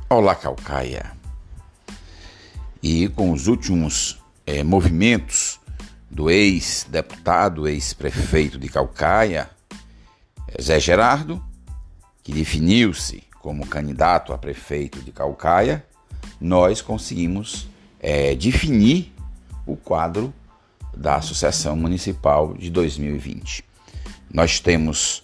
Olá, Caucaia. E com os últimos movimentos do ex-deputado, ex-prefeito de Caucaia, Zé Gerardo, que definiu-se como candidato a prefeito de Caucaia, nós conseguimos definir o quadro da Associação Municipal de 2020. Nós temos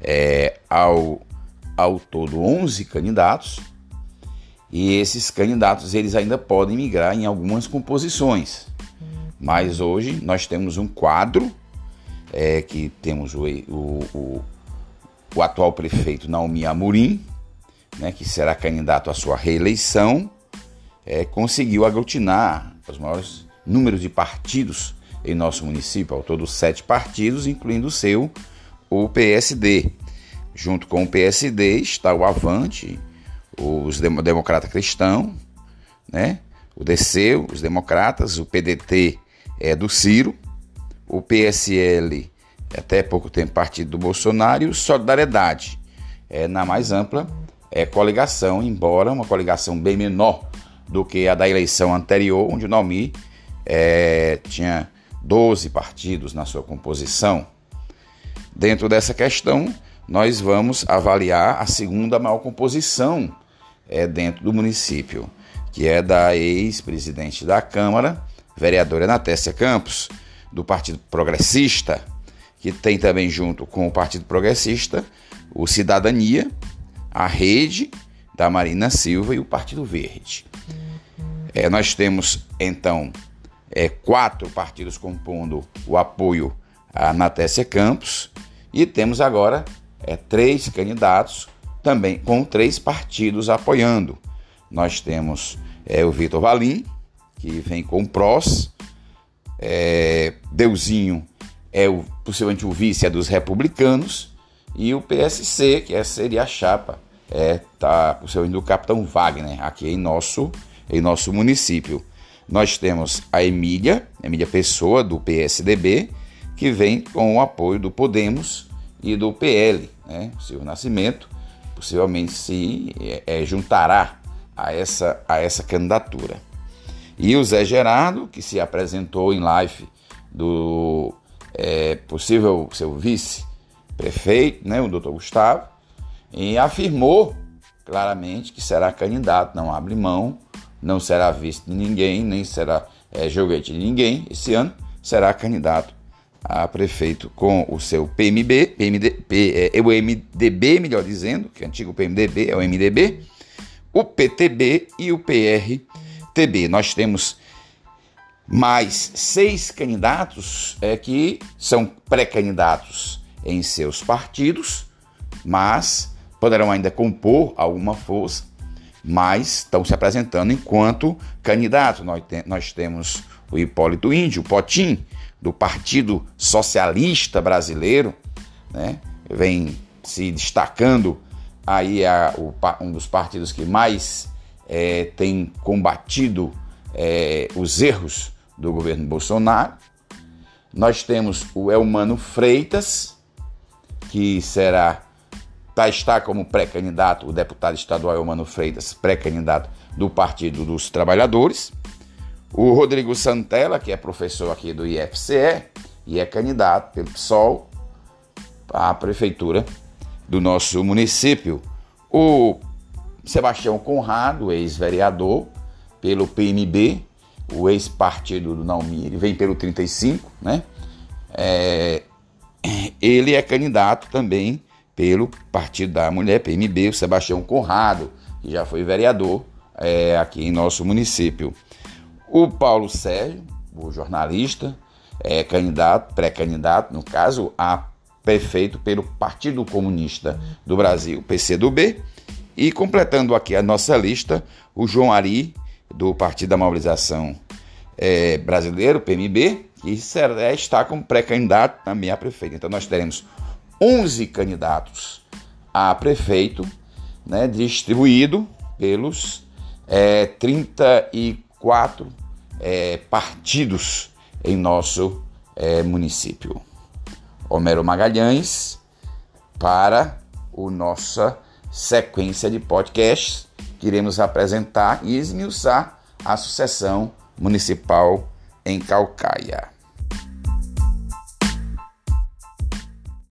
ao todo 11 candidatos, e esses candidatos eles ainda podem migrar em algumas composições. Mas hoje nós temos um quadro que temos o atual prefeito Naomi Amorim, né, que será candidato à sua reeleição, conseguiu aglutinar os maiores números de partidos em nosso município, ao todo 7 partidos, incluindo o PSD. Junto com o PSD está o Avante, os Democrata Cristão, né? O DC, os Democratas, o PDT do Ciro, o PSL, até pouco tempo partido do Bolsonaro, e o Solidariedade, na mais ampla coligação, embora uma coligação bem menor do que a da eleição anterior, onde o Naomi tinha 12 partidos na sua composição. Dentro dessa questão, nós vamos avaliar a segunda maior composição dentro do município, que é da ex-presidente da Câmara, vereadora Natécia Campos, do Partido Progressista, que tem também junto com o Partido Progressista o Cidadania, a Rede da Marina Silva e o Partido Verde. Nós temos, então, 4 partidos compondo o apoio a Natécia Campos e temos agora 3 candidatos também com 3 partidos apoiando. Nós temos o Vitor Valim, que vem com o PROS, Deusinho possivelmente o vice dos republicanos, e o PSC, que seria a chapa, possivelmente do Capitão Wagner, aqui em nosso município. Nós temos a Emília Pessoa, do PSDB, que vem com o apoio do Podemos e do PL, né? O Silvio Nascimento possivelmente se juntará a essa candidatura. E o Zé Gerardo, que se apresentou em live do possível seu vice-prefeito, né, o Dr. Gustavo, e afirmou claramente que será candidato, não abre mão, não será vice de ninguém, nem será joguete de ninguém. Esse ano será candidato a prefeito com o seu o MDB, melhor dizendo, que é o antigo PMDB, é o MDB, o PTB e o PRTB. Nós temos mais 6 candidatos que são pré-candidatos em seus partidos, mas poderão ainda compor alguma força, mas estão se apresentando enquanto candidato. Nós temos o Hipólito Índio, o Potim, do Partido Socialista Brasileiro, né? Vem se destacando aí um dos partidos que mais tem combatido os erros do governo Bolsonaro. Nós temos o Elmano Freitas, que está como pré-candidato, o deputado estadual Elmano Freitas, pré-candidato do Partido dos Trabalhadores. O Rodrigo Santella, que é professor aqui do IFCE e é candidato pelo PSOL à prefeitura do nosso município. O Sebastião Conrado, ex-vereador pelo PMB, o ex-partido do Naomi, ele vem pelo 35, né? Ele é candidato também pelo Partido da Mulher, PMB, o Sebastião Conrado, que já foi vereador aqui em nosso município. O Paulo Sérgio, o jornalista, pré-candidato, no caso, a prefeito pelo Partido Comunista do Brasil, PCdoB. E completando aqui a nossa lista, o João Ari, do Partido da Mobilização Brasileiro, PMB, que está como pré-candidato também a prefeito. Então nós teremos 11 candidatos a prefeito, né, distribuído pelos 34 partidos em nosso município. Homero Magalhães para a nossa sequência de podcasts que iremos apresentar e esmiuçar a sucessão municipal em Caucaia.